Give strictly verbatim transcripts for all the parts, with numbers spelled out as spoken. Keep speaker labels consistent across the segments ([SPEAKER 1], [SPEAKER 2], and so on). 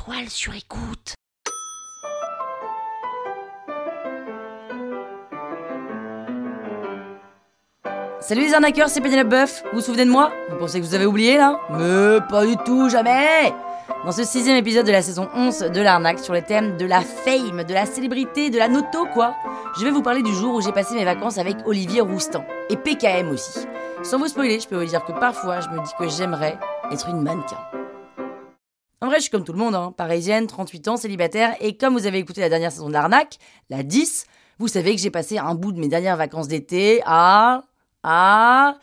[SPEAKER 1] étoiles sur écoute. Salut les arnaqueurs, c'est Pénélope Boeuf. Vous vous souvenez de moi? Vous pensez que vous avez oublié là? Mais pas du tout, jamais. Dans ce sixième épisode de la saison onze de l'arnaque sur les thèmes de la fame, de la célébrité, de la noto quoi, je vais vous parler du jour où j'ai passé mes vacances avec Olivier Rousteing et P K M aussi. Sans vous spoiler, je peux vous dire que parfois je me dis que j'aimerais être une mannequin. En vrai, je suis comme tout le monde, hein, parisienne, trente-huit ans, célibataire, et comme vous avez écouté la dernière saison de l'arnaque, la dix, vous savez que j'ai passé un bout de mes dernières vacances d'été à... à...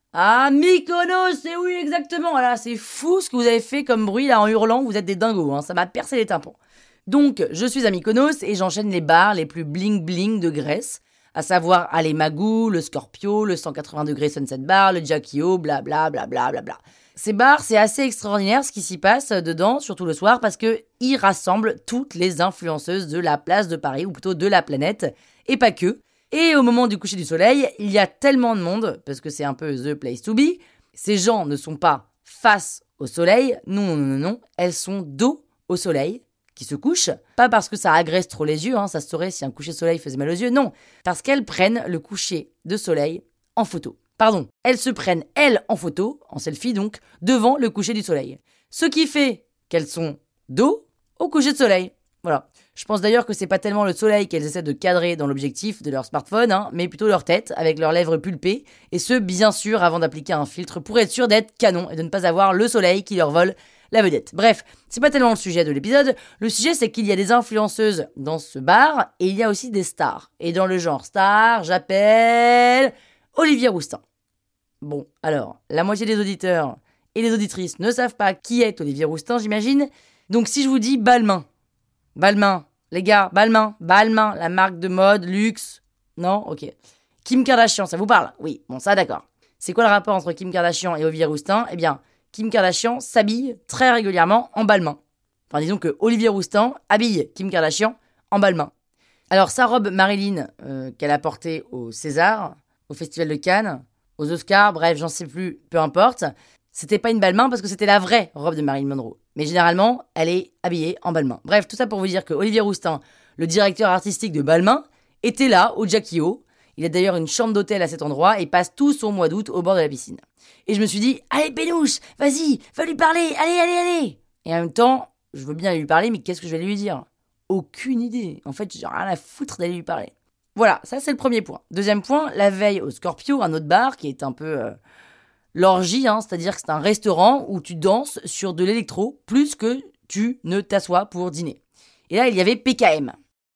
[SPEAKER 1] à Mykonos, c'est oui exactement. Voilà, c'est fou ce que vous avez fait comme bruit là en hurlant, vous êtes des dingos, hein, ça m'a percé les tympans. Donc, je suis à Mykonos et j'enchaîne les bars les plus bling bling de Grèce, à savoir Allez Magou, le Scorpio, le cent quatre-vingts degrés Sunset Bar, le Jackie O, bla bla bla bla bla bla. Ces bars, c'est assez extraordinaire ce qui s'y passe dedans, surtout le soir, parce que ils rassemblent toutes les influenceuses de la place de Paris, ou plutôt de la planète, et pas que. Et au moment du coucher du soleil, il y a tellement de monde, parce que c'est un peu the place to be, ces gens ne sont pas face au soleil, non, non, non, non, elles sont dos au soleil, qui se couchent, pas parce que ça agresse trop les yeux, hein, ça se saurait si un coucher de soleil faisait mal aux yeux, non, parce qu'elles prennent le coucher de soleil en photo. Pardon, elles se prennent, elles, en photo, en selfie donc, devant le coucher du soleil. Ce qui fait qu'elles sont dos au coucher de soleil. Voilà. Je pense d'ailleurs que c'est pas tellement le soleil qu'elles essaient de cadrer dans l'objectif de leur smartphone, hein, mais plutôt leur tête, avec leurs lèvres pulpées, et ce, bien sûr, avant d'appliquer un filtre pour être sûr d'être canon et de ne pas avoir le soleil qui leur vole la vedette. Bref, c'est pas tellement le sujet de l'épisode. Le sujet, c'est qu'il y a des influenceuses dans ce bar, et il y a aussi des stars. Et dans le genre star, j'appelle Olivier Rousteing. Bon, alors, la moitié des auditeurs et les auditrices ne savent pas qui est Olivier Rousteing, j'imagine. Donc si je vous dis Balmain, Balmain, les gars, Balmain, Balmain, la marque de mode, luxe, non? Ok. Kim Kardashian, ça vous parle? Oui, bon ça d'accord. C'est quoi le rapport entre Kim Kardashian et Olivier Rousteing? Eh bien, Kim Kardashian s'habille très régulièrement en Balmain. Enfin, disons que Olivier Rousteing habille Kim Kardashian en Balmain. Alors sa robe Marilyn euh, qu'elle a portée au César, au Festival de Cannes, aux Oscars, bref, j'en sais plus, peu importe. C'était pas une Balmain parce que c'était la vraie robe de Marilyn Monroe. Mais généralement, elle est habillée en Balmain. Bref, tout ça pour vous dire que Olivier Rousteing, le directeur artistique de Balmain, était là, au Jackie O. Il a d'ailleurs une chambre d'hôtel à cet endroit et passe tout son mois d'août au bord de la piscine. Et je me suis dit, allez Pénouche, vas-y, va lui parler, allez, allez, allez. Et en même temps, je veux bien lui parler, mais qu'est-ce que je vais lui dire? Aucune idée. En fait, j'ai rien à foutre d'aller lui parler. Voilà, ça c'est le premier point. Deuxième point, la veille au Scorpio, un autre bar qui est un peu euh, l'orgie, hein, c'est-à-dire que c'est un restaurant où tu danses sur de l'électro plus que tu ne t'assois pour dîner. Et là, il y avait P K M.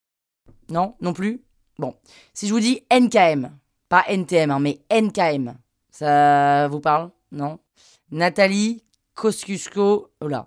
[SPEAKER 1] Non, non plus. Bon, si je vous dis N K M, pas N T M, hein, mais N K M, ça vous parle? Non? Nathalie Kosciusko, oh là,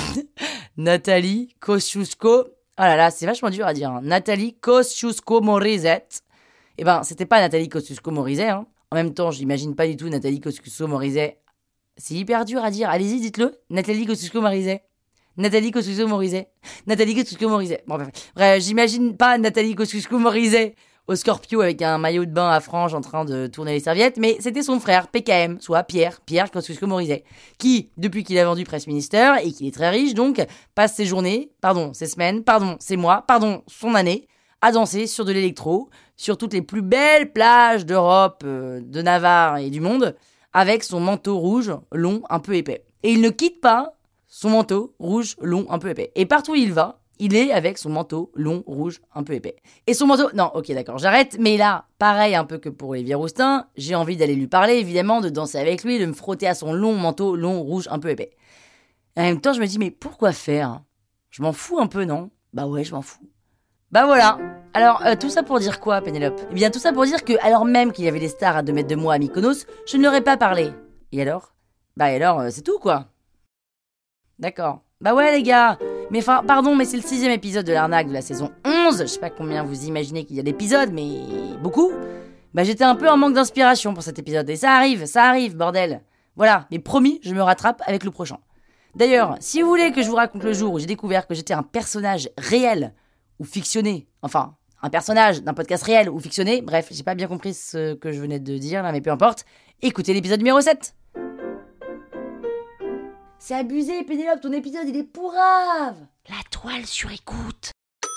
[SPEAKER 1] Nathalie Kosciusko. Oh là là, c'est vachement dur à dire. Hein. Nathalie Kosciusko-Morizet. Eh ben, c'était pas Nathalie Kosciusko-Morizet. Hein. En même temps, j'imagine pas du tout Nathalie Kosciusko-Morizet. C'est hyper dur à dire. Allez-y, dites-le. Nathalie Kosciusko-Morizet. Nathalie Kosciusko-Morizet. Nathalie Kosciusko-Morizet. Bon, bref, bref, j'imagine pas Nathalie Kosciusko-Morizet au Scorpio avec un maillot de bain à franges en train de tourner les serviettes, mais c'était son frère, P K M, soit Pierre, Pierre Kosciusko-Morizet, qui, depuis qu'il a vendu Presse Minister et qu'il est très riche, donc, passe ses journées, pardon, ses semaines, pardon, ses mois, pardon, son année, à danser sur de l'électro, sur toutes les plus belles plages d'Europe, euh, de Navarre et du monde, avec son manteau rouge, long, un peu épais. Et il ne quitte pas son manteau rouge, long, un peu épais. Et partout où il va, il est avec son manteau long, rouge, un peu épais. Et son manteau... Non, ok, d'accord, j'arrête. Mais là, pareil un peu que pour Olivier Rousteing, j'ai envie d'aller lui parler, évidemment, de danser avec lui, de me frotter à son long manteau long, rouge, un peu épais. Et en même temps, je me dis, mais pourquoi faire? Je m'en fous un peu, non? Bah ouais, je m'en fous. Bah voilà. Alors, euh, tout ça pour dire quoi, Pénélope? Eh bien, tout ça pour dire que, alors même qu'il y avait des stars à deux mètres de moi à Mykonos, je ne leur ai pas parlé. Et alors? Bah et alors, euh, c'est tout, quoi. D'accord. Bah ouais, les gars. Mais enfin, pardon, mais c'est le sixième épisode de l'arnaque de la saison onze. Je sais pas combien vous imaginez qu'il y a d'épisodes, mais beaucoup. Bah j'étais un peu en manque d'inspiration pour cet épisode. Et ça arrive, ça arrive, bordel. Voilà, mais promis, je me rattrape avec le prochain. D'ailleurs, si vous voulez que je vous raconte le jour où j'ai découvert que j'étais un personnage réel ou fictionné, enfin, un personnage d'un podcast réel ou fictionné, bref, j'ai pas bien compris ce que je venais de dire là, mais peu importe, écoutez l'épisode numéro sept. C'est abusé, Pénélope, ton épisode, il est pourrave. La toile sur écoute.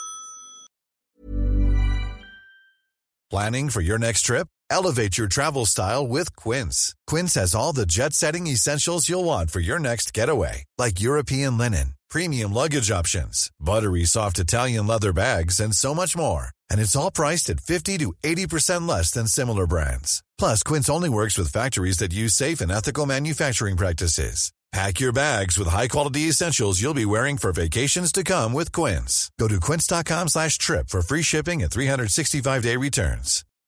[SPEAKER 2] Planning for your next trip? Elevate your travel style with Quince. Quince has all the jet-setting essentials you'll want for your next getaway, like European linen, premium luggage options, buttery soft Italian leather bags, and so much more. And it's all priced at fifty to eighty percent less than similar brands. Plus, Quince only works with factories that use safe and ethical manufacturing practices. Pack your bags with high-quality essentials you'll be wearing for vacations to come with Quince. Go to quince.com slash trip for free shipping and three sixty-five day returns.